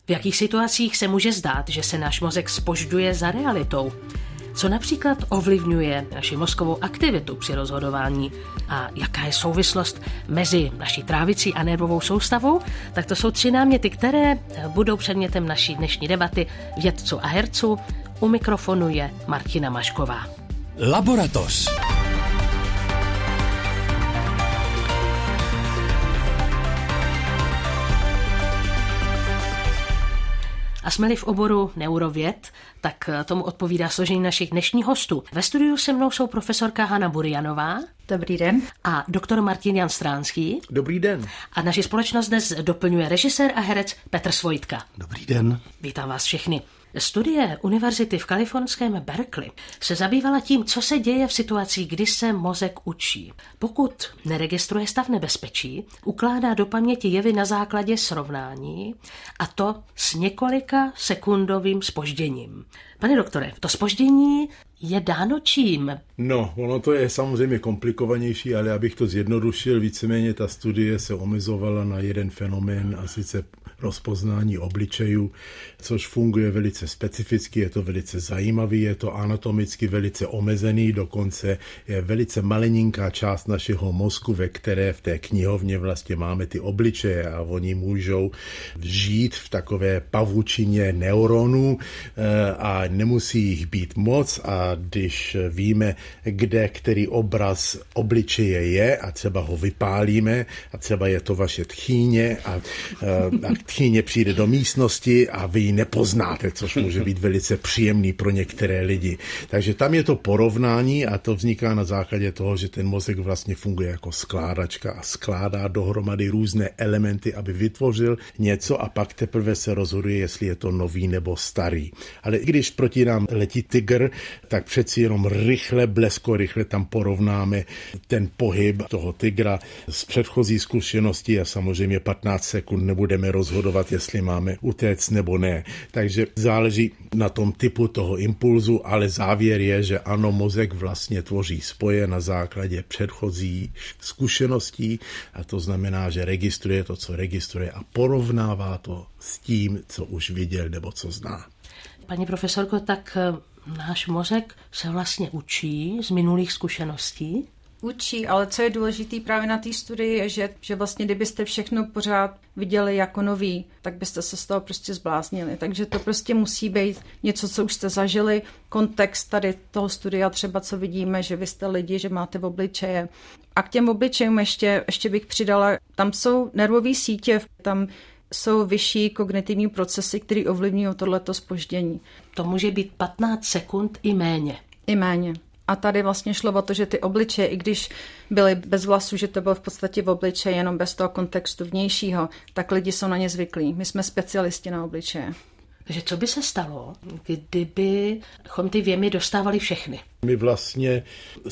V jakých situacích se může zdát, že se náš mozek zpožďuje za realitou? Co například ovlivňuje naši mozkovou aktivitu při rozhodování a jaká je souvislost mezi naší trávicí a nervovou soustavou? Tak to jsou 3 náměty, které budou předmětem naší dnešní debaty vědců a herců. U mikrofonu je Martina Mašková. Laboratoř. A jsme-li v oboru neurověd, tak tomu odpovídá složení našich dnešních hostů. Ve studiu se mnou jsou profesorka Hana Burjanová. Dobrý den. A doktor Martin Jan Stránský. Dobrý den. A naši společnost dnes doplňuje režisér a herec Petr Svojitka. Dobrý den. Vítám vás všechny. Studie univerzity v kalifornském Berkeley se zabývala tím, co se děje v situacích, kdy se mozek učí. Pokud neregistruje stav nebezpečí, ukládá do paměti jevy na základě srovnání, a to s několika sekundovým zpožděním. Pane doktore, to zpoždění je dáno čím? No, ono to je samozřejmě komplikovanější, ale abych to zjednodušil, víceméně ta studie se omezovala na jeden fenomén, a sice rozpoznání obličejů, což funguje velice specificky, je to velice zajímavý, je to anatomicky velice omezený, dokonce je velice malininká část našeho mozku, ve které v té knihovně vlastně máme ty obličeje a oni můžou žít v takové pavučině neuronů a nemusí jich být moc, a když víme, kde který obraz obličeje je a třeba ho vypálíme a třeba je to vaše tchýně a tchýně přijde do místnosti a vy ji nepoznáte, což může být velice příjemný pro některé lidi. Takže tam je to porovnání a to vzniká na základě toho, že ten mozek vlastně funguje jako skládačka a skládá dohromady různé elementy, aby vytvořil něco a pak teprve se rozhoduje, jestli je to nový nebo starý. Ale i když proti nám letí tygr, tak přeci jenom rychle tam porovnáme ten pohyb toho tygra z předchozí zkušenosti a samozřejmě 15 sekund nebudeme rozhodovat, jestli máme utéct nebo ne. Takže záleží na tom typu toho impulzu, ale závěr je, že ano, mozek vlastně tvoří spoje na základě předchozí zkušeností a to znamená, že registruje to, co registruje a porovnává to s tím, co už viděl nebo co zná. Paní profesorko, tak náš mozek se vlastně učí z minulých zkušeností? Učí, ale co je důležité právě na té studii je, že vlastně kdybyste všechno pořád viděli jako nový, tak byste se z toho prostě zbláznili. Takže to prostě musí být něco, co už jste zažili. Kontext tady toho studia třeba, co vidíme, že vy jste lidi, že máte v obličeje. A k těm obličejům ještě bych přidala, tam jsou nervové sítě, tam jsou vyšší kognitivní procesy, které ovlivňují tohleto zpoždění. To může být 15 sekund i méně. I méně. A tady vlastně šlo o to, že ty obličeje, i když byly bez vlasů, že to bylo v podstatě v obličeji jenom bez toho kontextu vnějšího, tak lidi jsou na ně zvyklí. My jsme specialisti na obličeje. Takže co by se stalo, kdybychom ty věmy dostávali všechny? My vlastně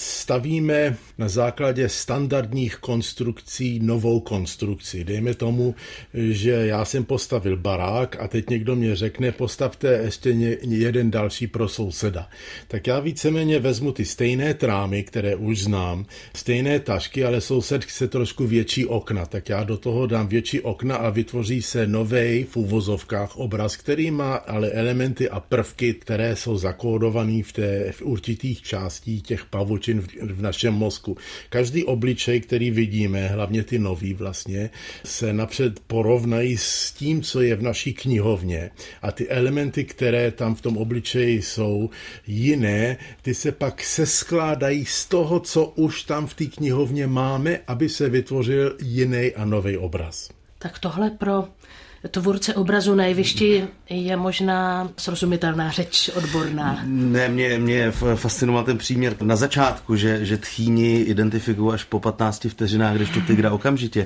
stavíme na základě standardních konstrukcí novou konstrukci. Dejme tomu, že já jsem postavil barák a teď někdo mě řekne, postavte ještě jeden další pro souseda. Tak já víceméně vezmu ty stejné trámy, které už znám, stejné tašky, ale soused chce trošku větší okna. Tak já do toho dám větší okna a vytvoří se novej v uvozovkách obraz, který má ale elementy a prvky, které jsou zakódované v určitých částí těch pavučin v našem mozku. Každý obličej, který vidíme, hlavně ty nový vlastně, se napřed porovnají s tím, co je v naší knihovně a ty elementy, které tam v tom obličeji jsou jiné, ty se pak seskládají z toho, co už tam v té knihovně máme, aby se vytvořil jiný a nový obraz. Tak tohle pro tvůrce obrazu na jevišti je možná srozumitelná řeč odborná. Ne, mě fascinoval ten příměr na začátku, že tchýni identifikují až po 15 vteřinách, když to tygra okamžitě.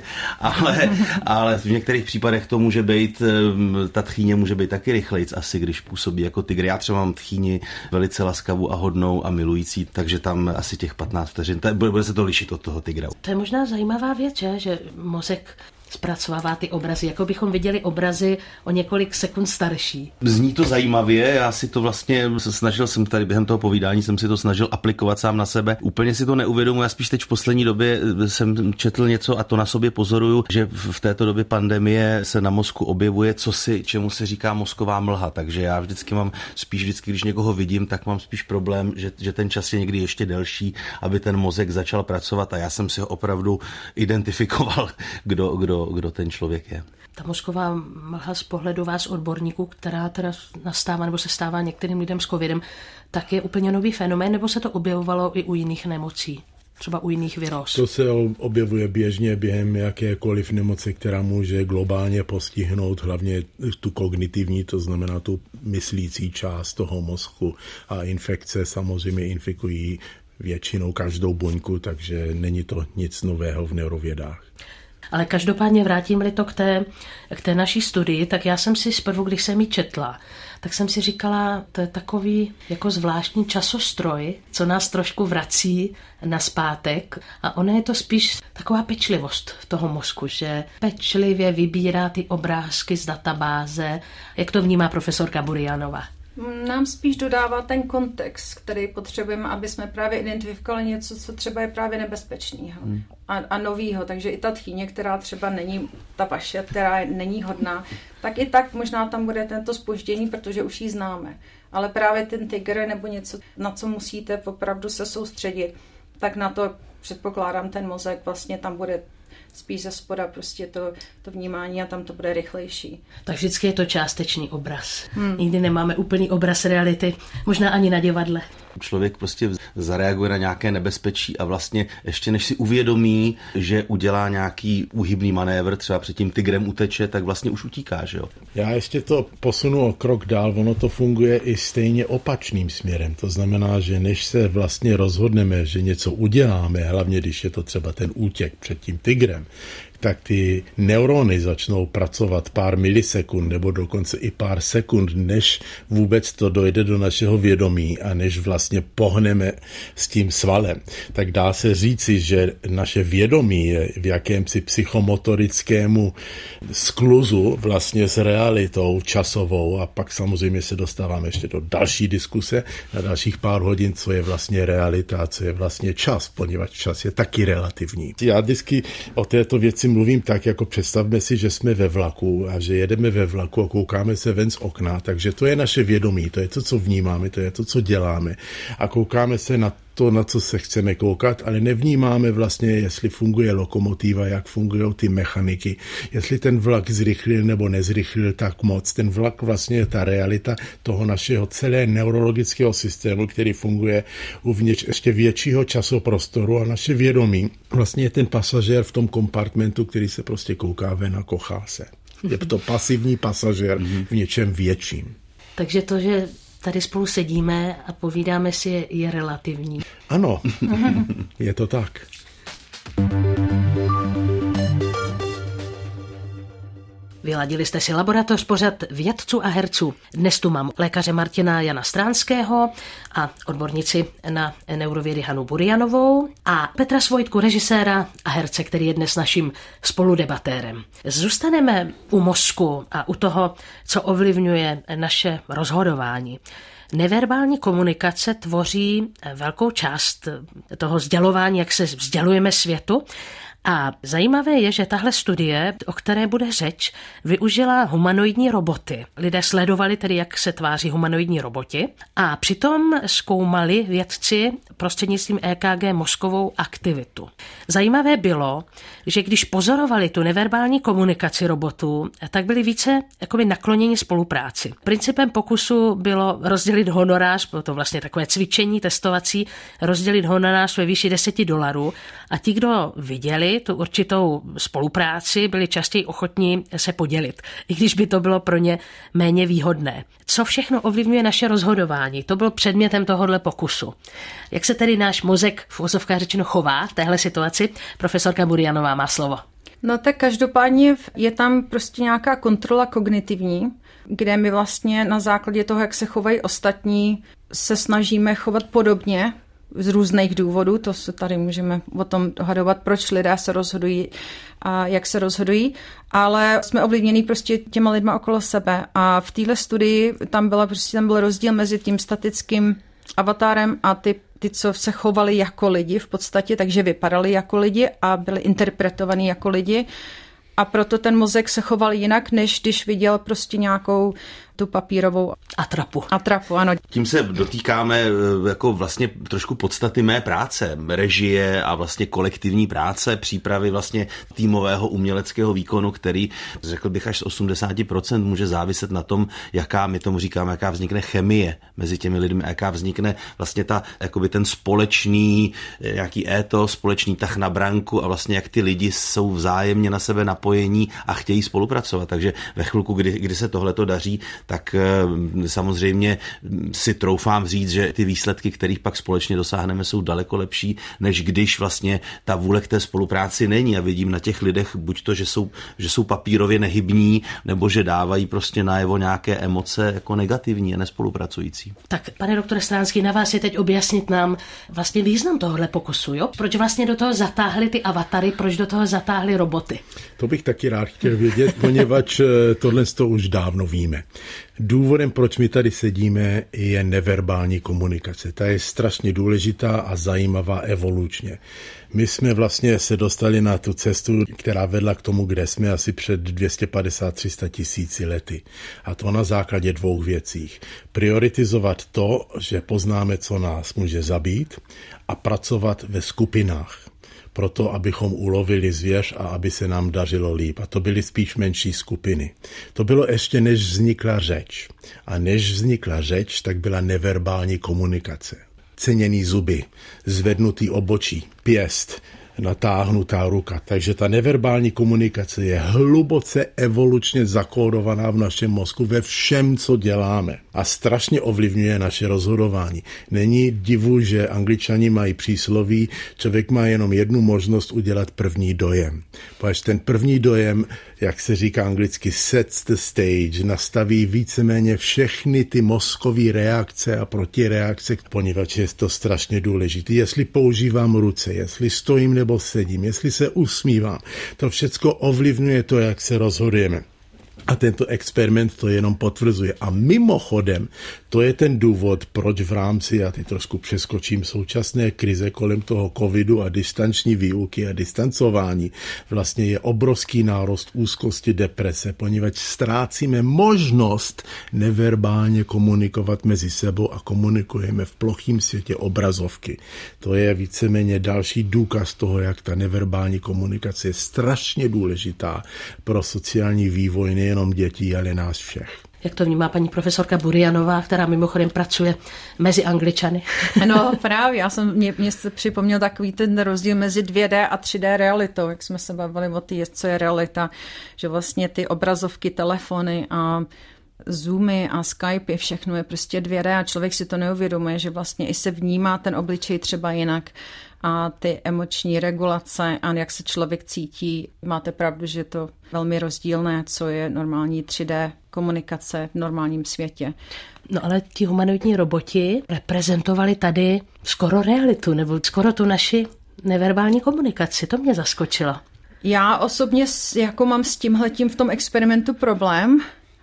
Ale v některých případech to může být, ta tchýně může být taky rychlejc asi, když působí jako tygr. Já třeba mám tchýni velice laskavou a hodnou a milující, takže tam asi těch 15 vteřin, bude se to lišit od toho tygra. To je možná zajímavá věc, že mozek zpracovává ty obrazy, jako bychom viděli obrazy o několik sekund starší. Zní to zajímavě, já si to vlastně snažil jsem tady během toho povídání, jsem si to snažil aplikovat sám na sebe. Úplně si to neuvědomuji, já spíš teď v poslední době jsem četl něco a to na sobě pozoruju, že v této době pandemie se na mozku objevuje čemu se říká mozková mlha, takže já vždycky, když někoho vidím, tak mám spíš problém, že ten čas je někdy ještě delší, aby ten mozek začal pracovat a já jsem si ho opravdu identifikoval, kdo ten člověk je. Ta mozková mlha z pohledu vás odborníků, která teda nastává nebo se stává některým lidem s covidem, tak je úplně nový fenomén, nebo se to objevovalo i u jiných nemocí? Třeba u jiných viróz? To se objevuje běžně během jakékoliv nemoci, která může globálně postihnout hlavně tu kognitivní, to znamená tu myslící část toho mozku. A infekce samozřejmě infikují většinou každou buňku, takže není to nic nového v neurovědách. Ale každopádně vrátím-li to k té naší studii, tak já jsem si zprvu, když jsem ji četla, tak jsem si říkala, to je takový jako zvláštní časostroj, co nás trošku vrací nazpátek. A ona je to spíš taková pečlivost toho mozku, že pečlivě vybírá ty obrázky z databáze. Jak to vnímá profesorka Burjanova? Nám spíš dodává ten kontext, který potřebujeme, aby jsme právě identifikovali něco, co třeba je právě nebezpečného a novýho. Takže i ta tchýně, která třeba není ta vaše, která není hodná, tak i tak možná tam bude tento zpoždění, protože už ji známe. Ale právě ten tygr nebo něco, na co musíte opravdu se soustředit, tak na to předpokládám ten mozek vlastně tam bude spíš ze spoda prostě to vnímání a tam to bude rychlejší. Tak vždycky je to částečný obraz. Nikdy nemáme úplný obraz reality, možná ani na divadle. Člověk prostě zareaguje na nějaké nebezpečí a vlastně ještě než si uvědomí, že udělá nějaký úhybný manévr, třeba před tím tygrem uteče, tak vlastně už utíká, že jo? Já ještě to posunu o krok dál, ono to funguje i stejně opačným směrem. To znamená, že než se vlastně rozhodneme, že něco uděláme, hlavně když je to třeba ten útěk před tím tygrem, tak ty neurony začnou pracovat pár milisekund nebo dokonce i pár sekund, než vůbec to dojde do našeho vědomí a než vlastně pohneme s tím svalem. Tak dá se říci, že naše vědomí je v jakémsi psychomotorickému skluzu vlastně s realitou časovou a pak samozřejmě se dostáváme ještě do další diskuse na dalších pár hodin, co je vlastně realita a co je vlastně čas, poněvadž čas je taky relativní. Já vždycky o této věci mluvím tak, jako představme si, že jsme ve vlaku a že jedeme ve vlaku a koukáme se ven z okna, takže to je naše vědomí, to je to, co vnímáme, to je to, co děláme a koukáme se na to, na co se chceme koukat, ale nevnímáme vlastně, jestli funguje lokomotiva, jak fungují ty mechaniky, jestli ten vlak zrychlil nebo nezrychlil tak moc. Ten vlak vlastně je ta realita toho našeho celé neurologického systému, který funguje uvnitř ještě většího časoprostoru a naše vědomí vlastně je ten pasažér v tom kompartmentu, který se prostě kouká ven a kochá se. Je to pasivní pasažér v něčem větším. Takže to, že tady spolu sedíme a povídáme si, je relativní. Ano, je to tak. Vyladili jste si laboratoř pořad vědců a herců. Dnes tu mám lékaře Martina Jana Stránského a odbornici na neurovědy Hanu Burjanovou a Petra Svojtku, režiséra a herce, který je dnes naším spoludebatérem. Zůstaneme u mozku a u toho, co ovlivňuje naše rozhodování. Neverbální komunikace tvoří velkou část toho sdělování, jak se sdělujeme světu. A zajímavé je, že tahle studie, o které bude řeč, využila humanoidní roboty. Lidé sledovali tedy, jak se tváří humanoidní roboti a přitom zkoumali vědci prostřednictvím EKG mozkovou aktivitu. Zajímavé bylo, že když pozorovali tu neverbální komunikaci robotů, tak byli více nakloněni spolupráci. Principem pokusu bylo rozdělit honorář, bylo to vlastně takové cvičení testovací, rozdělit honorář ve výši $10 a ti, kdo viděli tu určitou spolupráci, byli častěji ochotní se podělit, i když by to bylo pro ně méně výhodné. Co všechno ovlivňuje naše rozhodování? To byl předmětem tohohle pokusu. Jak se tedy náš mozek v uvozovkách řečeno chová v téhle situaci? Profesorka Burjanová má slovo. No tak každopádně je tam prostě nějaká kontrola kognitivní, kde my vlastně na základě toho, jak se chovají ostatní, se snažíme chovat podobně z různých důvodů, to se tady můžeme o tom dohadovat, proč lidé se rozhodují a jak se rozhodují, ale jsme ovlivněni prostě těma lidma okolo sebe a v téhle studii tam byl rozdíl mezi tím statickým avatarem a ty, co se chovali jako lidi v podstatě, takže vypadali jako lidi a byli interpretovaní jako lidi. A proto ten mozek se choval jinak, než když viděl prostě nějakou tu papírovou atrapu, ano. Tím se dotýkáme jako vlastně trošku podstaty mé práce, režie a vlastně kolektivní práce, přípravy vlastně týmového uměleckého výkonu, který, řekl bych, až z 80% může záviset na tom, jaká, my tomu říkáme, jaká vznikne chemie mezi těmi lidmi, jaká vznikne vlastně jakoby ten společný nějaký étos, společný tah na branku a vlastně jak ty lidi jsou vzájemně na sebe napojení a chtějí spolupracovat. Takže ve chvilku, kdy se tohleto daří, tak samozřejmě si troufám říct, že ty výsledky, kterých pak společně dosáhneme, jsou daleko lepší, než když vlastně ta vůle k té spolupráci není a vidím na těch lidech buď to, že jsou papírově nehybní, nebo že dávají prostě najevo nějaké emoce jako negativní a nespolupracující. Tak, pane doktore Stránský, na vás je teď objasnit nám vlastně význam tohohle pokusu, jo? Proč vlastně do toho zatáhli ty avatary, proč do toho zatáhli roboty? To bych taky rád chtěl vědět, poněvadž tohle už dávno víme. Důvodem, proč my tady sedíme, je neverbální komunikace. Ta je strašně důležitá a zajímavá evolučně. My jsme vlastně se dostali na tu cestu, která vedla k tomu, kde jsme asi před 250-300 tisíci lety. A to na základě dvou věcí. Prioritizovat to, že poznáme, co nás může zabít, a pracovat ve skupinách. Proto, abychom ulovili zvěř a aby se nám dařilo líp. A to byly spíš menší skupiny. To bylo ještě, než vznikla řeč. A než vznikla řeč, tak byla neverbální komunikace. Ceněný zuby, zvednutý obočí, pěst, natáhnutá ruka. Takže ta neverbální komunikace je hluboce evolučně zakódovaná v našem mozku ve všem, co děláme. A strašně ovlivňuje naše rozhodování. Není divu, že Angličani mají přísloví, člověk má jenom jednu možnost udělat první dojem. Protože ten první dojem, jak se říká anglicky, sets the stage, nastaví víceméně všechny ty mozkové reakce a protireakce, poněvadž je to strašně důležité. Jestli používám ruce, jestli stojím nebo sedím, jestli se usmívám, to všecko ovlivňuje to, jak se rozhodujeme. A tento experiment to jenom potvrzuje. A mimochodem, to je ten důvod, proč v rámci, já teď trošku přeskočím, současné krize kolem toho covidu a distanční výuky a distancování, vlastně je obrovský nárost úzkosti, deprese, poněvadž ztrácíme možnost neverbálně komunikovat mezi sebou a komunikujeme v plochým světě obrazovky. To je víceméně další důkaz toho, jak ta neverbální komunikace je strašně důležitá pro sociální vývoj nejenom dětí, ale nás všech. Jak to vnímá paní profesorka Burianová, která mimochodem pracuje mezi Angličany? No právě, mě se připomněl takový ten rozdíl mezi 2D a 3D realitou, jak jsme se bavili o té, co je realita, že vlastně ty obrazovky, telefony a Zoomy a Skype, všechno je prostě 2D a člověk si to neuvědomuje, že vlastně i se vnímá ten obličej třeba jinak a ty emoční regulace a jak se člověk cítí. Máte pravdu, že je to velmi rozdílné, co je normální 3D komunikace v normálním světě. No ale ti humanoidní roboti reprezentovali tady skoro realitu, nebo skoro tu naši neverbální komunikaci. To mě zaskočilo. Já osobně jako mám s tímhletím v tom experimentu problém,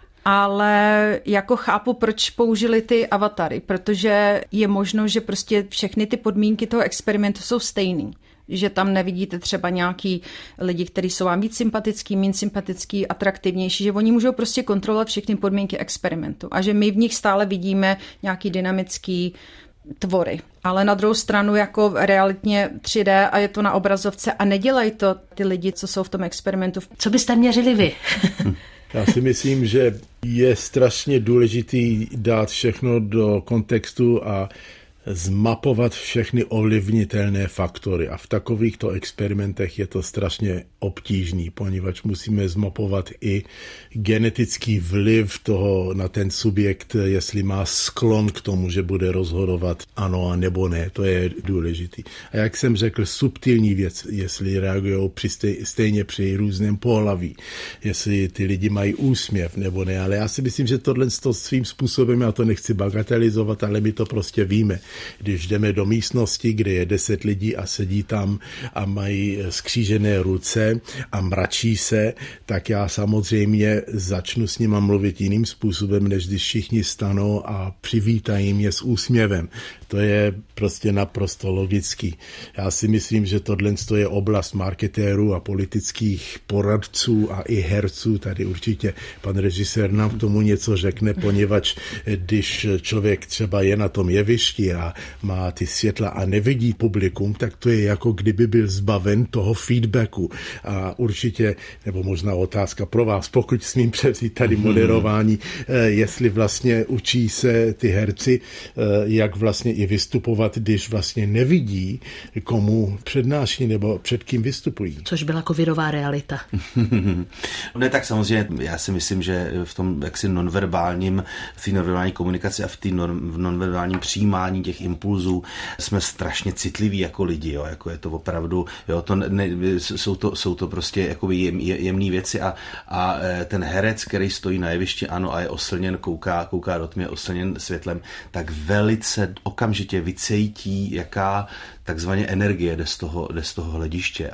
ale jako chápu, proč použili ty avatary, protože je možno, že prostě všechny ty podmínky toho experimentu jsou stejný. Že tam nevidíte třeba nějaký lidi, kteří jsou vám víc sympatický, méně sympatický, atraktivnější, že oni můžou prostě kontrolovat všechny podmínky experimentu a že my v nich stále vidíme nějaký dynamický tvory. Ale na druhou stranu jako realitně 3D a je to na obrazovce a nedělají to ty lidi, co jsou v tom experimentu. Co byste měřili vy? Já si myslím, že je strašně důležitý dát všechno do kontextu a zmapovat všechny ovlivnitelné faktory. A v takovýchto experimentech je to strašně obtížný, poněvadž musíme zmapovat i genetický vliv toho na ten subjekt, jestli má sklon k tomu, že bude rozhodovat ano a nebo ne. To je důležitý. A jak jsem řekl, subtilní věc, jestli reagují stejně při různém pohlaví, jestli ty lidi mají úsměv nebo ne. Ale já si myslím, že tohle svým způsobem, já to nechci bagatelizovat, ale my to prostě víme, Když jdeme do místnosti, kde je 10 lidí a sedí tam a mají skřížené ruce a mračí se, tak já samozřejmě začnu s nima mluvit jiným způsobem, než když všichni stanou a přivítají mě s úsměvem. To je prostě naprosto logický. Já si myslím, že tohle je oblast marketérů a politických poradců a i herců. Tady určitě pan režisér nám k tomu něco řekne, poněvadž když člověk třeba je na tom jevišti a má ty světla a nevidí publikum, tak to je jako kdyby byl zbaven toho feedbacku. A určitě, nebo možná otázka pro vás, pokud smím převzít tady moderování, jestli vlastně učí se ty herci, jak vlastně i vystupovat, když vlastně nevidí, komu přednáší nebo před kým vystupují. Což byla covidová realita. Ne, tak samozřejmě, já si myslím, že v tom jaksi nonverbálním, v té nonverbální komunikaci a v nonverbálním přijímání těch impulzů jsme strašně citliví jako lidi, jo, jako je to opravdu, jo, to jsou to prostě jakoby jemné věci a ten herec, který stojí na jevišti, ano, a je oslněn, kouká do tmy, je oslněn světlem, tak velice okamžitě vycejtí, jaká takzvaně energie jde z toho hlediště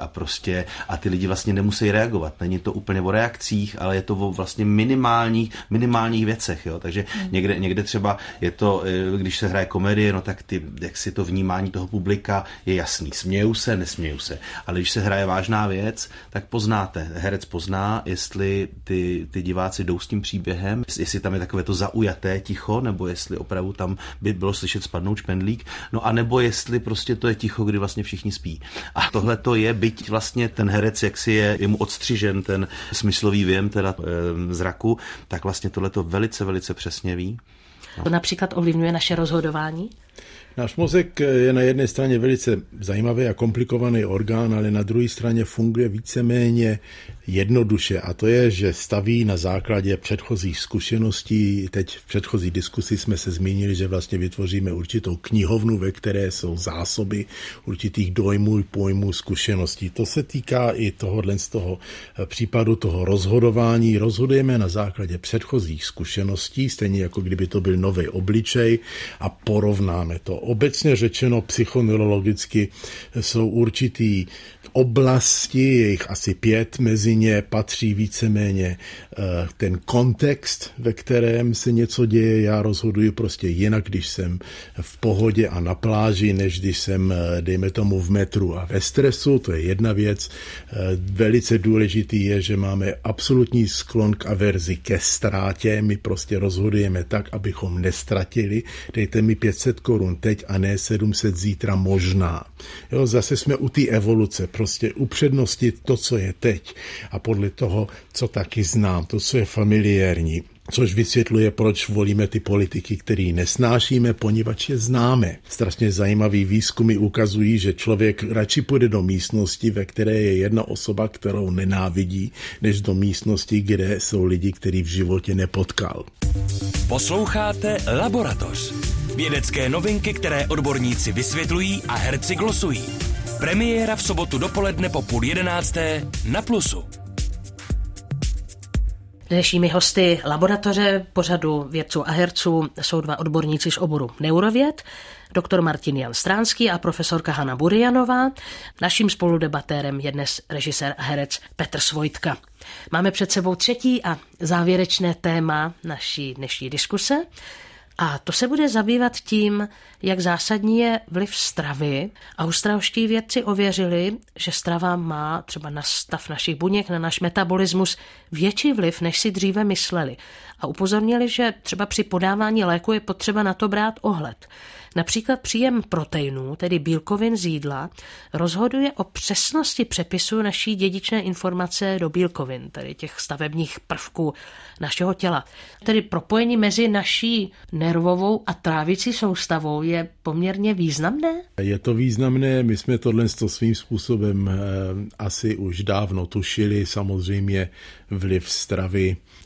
a ty lidi vlastně nemusí reagovat. Není to úplně o reakcích, ale je to o vlastně minimálních věcech, jo. Takže někde třeba je to, když se hraje komedie, no tak jak si to vnímání toho publika je jasný. Smějou se, nesmějou se. Ale když se hraje vážná věc, tak poznáte. Herec pozná, jestli ty diváci jdou s tím příběhem, jestli tam je takové to zaujaté ticho, nebo jestli opravdu tam by bylo slyšet spadnout špendlík, no a nebo jestli prostě to je ticho, kdy vlastně všichni spí. A tohle to je, byť vlastně ten herec, jak si je mu odstřižen ten smyslový věm teda zraku, tak vlastně tohle to velice, velice přesně ví. No. To například ovlivňuje naše rozhodování? Náš mozek je na jedné straně velice zajímavý a komplikovaný orgán, ale na druhé straně funguje víceméně jednoduše a to je, že staví na základě předchozích zkušeností. Teď v předchozí diskusi jsme se zmínili, že vlastně vytvoříme určitou knihovnu, ve které jsou zásoby určitých dojmů, pojmů, zkušeností. To se týká i tohohle z toho případu toho rozhodování. Rozhodujeme na základě předchozích zkušeností, stejně jako kdyby to byl nový obličej a porovnáme to. Obecně řečeno psychoneurologicky jsou určitý oblasti, je jich asi 5, mezi ně patří víceméně ten kontext, ve kterém se něco děje. Já rozhoduji prostě jinak, když jsem v pohodě a na pláži, než když jsem, dejme tomu, v metru a ve stresu. To je jedna věc. Velice důležitý je, že máme absolutní sklon k averzi ke ztrátě. My prostě rozhodujeme tak, abychom nestratili. Dejte mi 500 korun teď a ne 700 zítra možná. Jo, zase jsme u té evoluce. Prostě upřednostit to, co je teď a podle toho, co taky znám, to, co je familiární, což vysvětluje, proč volíme ty politiky, který nesnášíme, poněvadž je známe. Strašně zajímavý výzkumy ukazují, že člověk radši půjde do místnosti, ve které je jedna osoba, kterou nenávidí, než do místnosti, kde jsou lidi, který v životě nepotkal. Posloucháte Laboratoř. Vědecké novinky, které odborníci vysvětlují a herci glosují. Premiéra v sobotu dopoledne po 10:30 na Plusu. Dnešními hosty Laboratoře pořadu vědců a herců jsou 2 odborníci z oboru neurověd, doktor Martin Jan Stránský a profesorka Hana Burianová. Naším spoludebatérem je dnes režisér a herec Petr Svojtka. Máme před sebou 3. a závěrečné téma naší dnešní diskuse. A to se bude zabývat tím, jak zásadní je vliv stravy. Australští vědci ověřili, že strava má třeba na stav našich buněk, na náš metabolismus větší vliv, než si dříve mysleli. A upozornili, že třeba při podávání léku je potřeba na to brát ohled. Například příjem proteinů, tedy bílkovin z jídla, rozhoduje o přesnosti přepisu naší dědičné informace do bílkovin, tedy těch stavebních prvků našeho těla. Tedy propojení mezi naší nervovou a trávicí soustavou je poměrně významné? Je to významné, my jsme tohle svým způsobem asi už dávno tušili, samozřejmě vliv stravy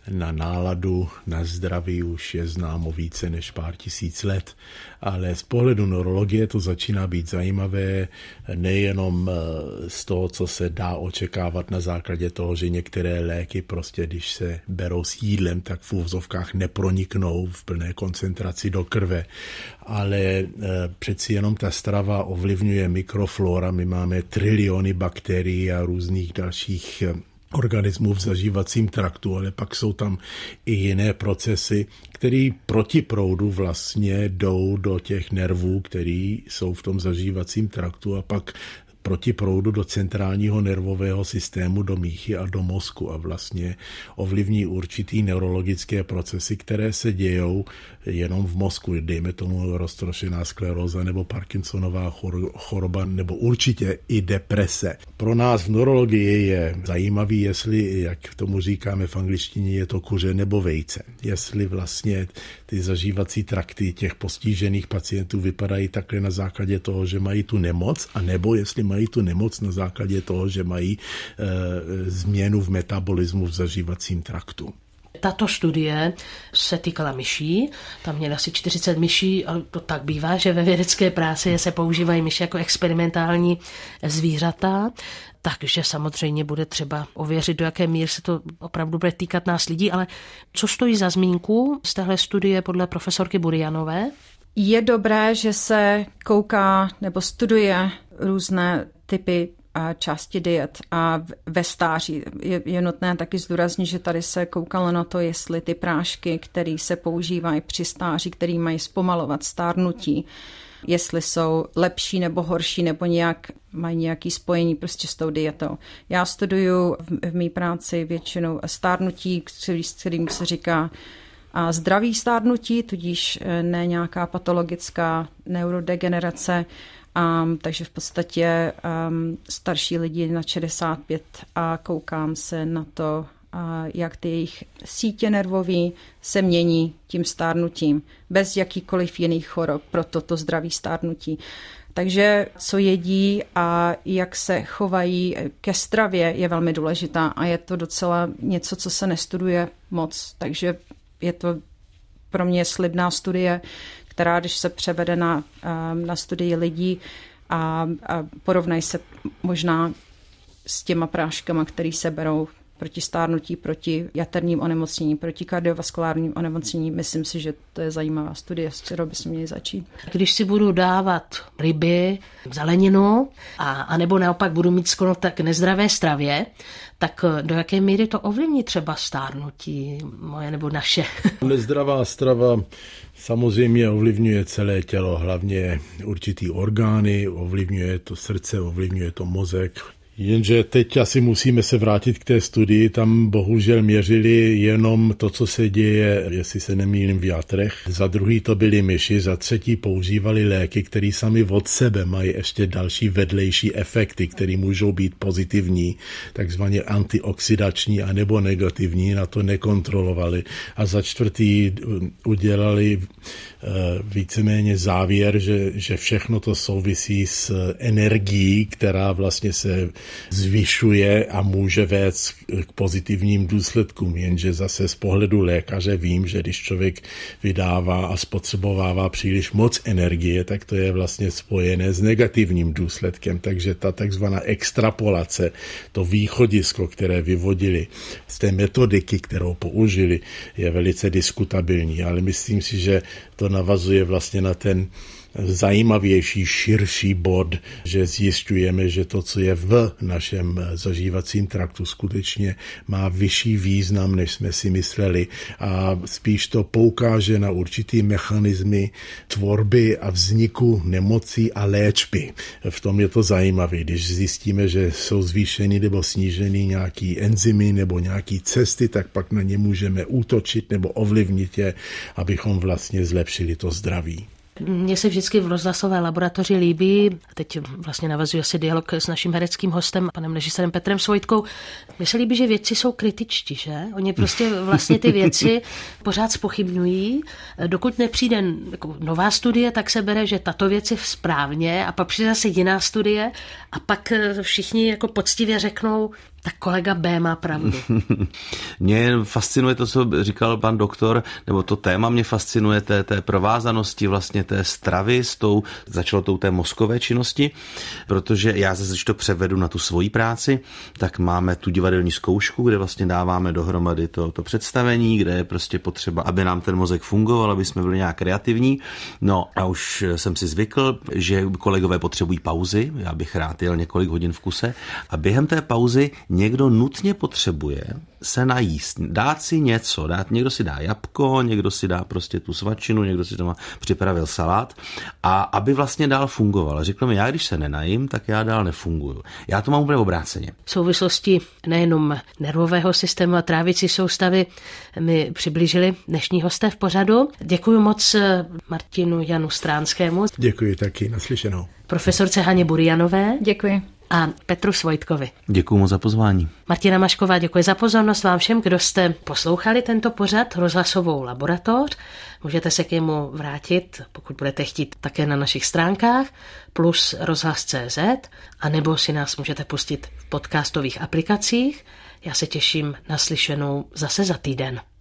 na náladu, na zdraví už je známo více než pár tisíc let, ale z pohledu neurologie to začíná být zajímavé nejenom z toho, co se dá očekávat na základě toho, že některé léky prostě, když se berou s jídlem, tak v úvozovkách neproniknou v plné koncentraci do krve, ale přeci jenom ta strava ovlivňuje mikroflora, my máme triliony bakterií a různých dalších organismů v zažívacím traktu, ale pak jsou tam i jiné procesy, které proti proudu vlastně jdou do těch nervů, které jsou v tom zažívacím traktu a pak proti proudu do centrálního nervového systému, do míchy a do mozku a vlastně ovlivní určitý neurologické procesy, které se dějou jenom v mozku. Dejme tomu roztroušená skleróza nebo Parkinsonová choroba nebo určitě i deprese. Pro nás v neurologii je zajímavý, jestli, jak tomu říkáme v angličtině, je to kuře nebo vejce. Jestli vlastně ty zažívací trakty těch postižených pacientů vypadají takhle na základě toho, že mají tu nemoc, anebo jestli mají tu nemoc na základě toho, že mají změnu v metabolismu v zažívacím traktu. Tato studie se týkala myší, tam měli asi 40 myší, ale to tak bývá, že ve vědecké práci se používají myši jako experimentální zvířata, takže samozřejmě bude třeba ověřit, do jaké míry se to opravdu bude týkat nás lidí, ale co stojí za zmínku z téhle studie podle profesorky Burianové? Je dobré, že se kouká nebo studuje různé typy a části diet a ve stáří. Je nutné taky zdůraznit, že tady se koukalo na to, jestli ty prášky, které se používají při stáří, které mají zpomalovat stárnutí, jestli jsou lepší nebo horší, nebo mají nějaké spojení prostě s tou dietou. Já studuju v mé práci většinou stárnutí, s kterým se říká zdravý stárnutí, tudíž ne nějaká patologická neurodegenerace, takže v podstatě starší lidi na 65 a koukám se na to, jak ty jejich sítě nervový se mění tím stárnutím, bez jakýkoliv jiných chorob pro toto zdravý stárnutí. Takže co jedí a jak se chovají ke stravě je velmi důležitá a je to docela něco, co se nestuduje moc, takže je to pro mě slibná studie, která, když se převede na studii lidí a porovnají se možná s těma práškama, které se berou proti stárnutí, proti jaterním onemocněním, proti kardiovaskulárním onemocněním. Myslím si, že to je zajímavá studie, s kterou bychom měli začít. Když si budu dávat ryby, zeleninu, anebo naopak budu mít skoro tak nezdravé stravě, tak do jaké míry to ovlivní třeba stárnutí moje nebo naše? Nezdravá strava samozřejmě ovlivňuje celé tělo, hlavně určitý orgány, ovlivňuje to srdce, ovlivňuje to mozek. Jenže teď asi musíme se vrátit k té studii, tam bohužel měřili jenom to, co se děje, jestli se nemýlím, v játrech. Za druhý to byly myši, za třetí používali léky, které sami od sebe mají ještě další vedlejší efekty, které můžou být pozitivní, takzvaně antioxidační anebo negativní, na to nekontrolovali. A za čtvrtý udělali víceméně závěr, že všechno to souvisí s energií, která vlastně se zvyšuje a může vést k pozitivním důsledkům, jenže zase z pohledu lékaře vím, že když člověk vydává a spotřebovává příliš moc energie, tak to je vlastně spojené s negativním důsledkem, takže ta takzvaná extrapolace, to východisko, které vyvodili z té metodiky, kterou použili, je velice diskutabilní, ale myslím si, že to navazuje vlastně na ten zajímavější, širší bod, že zjišťujeme, že to, co je v našem zažívacím traktu, skutečně má vyšší význam, než jsme si mysleli a spíš to poukáže na určitý mechanismy tvorby a vzniku nemocí a léčby. V tom je to zajímavé, když zjistíme, že jsou zvýšeny nebo sníženy nějaký enzymy nebo nějaký cesty, tak pak na ně můžeme útočit nebo ovlivnit je, abychom vlastně zlepšili to zdraví. Mně se vždycky v rozhlasové laboratoři líbí, teď vlastně navazuje asi dialog s naším hereckým hostem, panem režisérem Petrem Svojtkou, mně se líbí, že vědci jsou kritičtí, že? Oni prostě vlastně ty věci pořád zpochybňují, dokud nepřijde jako nová studie, tak se bere, že tato věc je správně a pak přijde zase jiná studie a pak všichni jako poctivě řeknou, Tak kolega B má pravdu. Mě fascinuje to, co říkal pan doktor, nebo to téma mě fascinuje té provázanosti vlastně té stravy s tou, začalo tou té mozkové činnosti, protože já zase, když to převedu na tu svoji práci, tak máme tu divadelní zkoušku, kde vlastně dáváme dohromady to představení, kde je prostě potřeba, aby nám ten mozek fungoval, aby jsme byli nějak kreativní. No a už jsem si zvykl, že kolegové potřebují pauzy, já bych rád jel několik hodin v kuse a během té pauzy někdo nutně potřebuje se najíst, dát si něco, někdo si dá jabko, někdo si dá prostě tu svačinu, někdo si doma připravil salát a aby vlastně dál fungoval. Řekl mi, já když se nenajím, tak já dál nefunguju. Já to mám úplně obráceně. V souvislosti nejenom nervového systému a trávicí soustavy mi přiblížili dnešní hosté v pořadu. Děkuji moc Martinu Janu Stránskému. Děkuji taky, naslyšenou. Profesorce Haně Burianové. Děkuji. A Petru Svojtkovi. Děkuji moc za pozvání. Martina Mašková, děkuji za pozornost vám všem, kdo jste poslouchali tento pořad Rozhlasovou laboratoř. Můžete se k němu vrátit, pokud budete chtít, také na našich stránkách plus rozhlas.cz, anebo si nás můžete pustit v podcastových aplikacích. Já se těším na slyšenou zase za týden.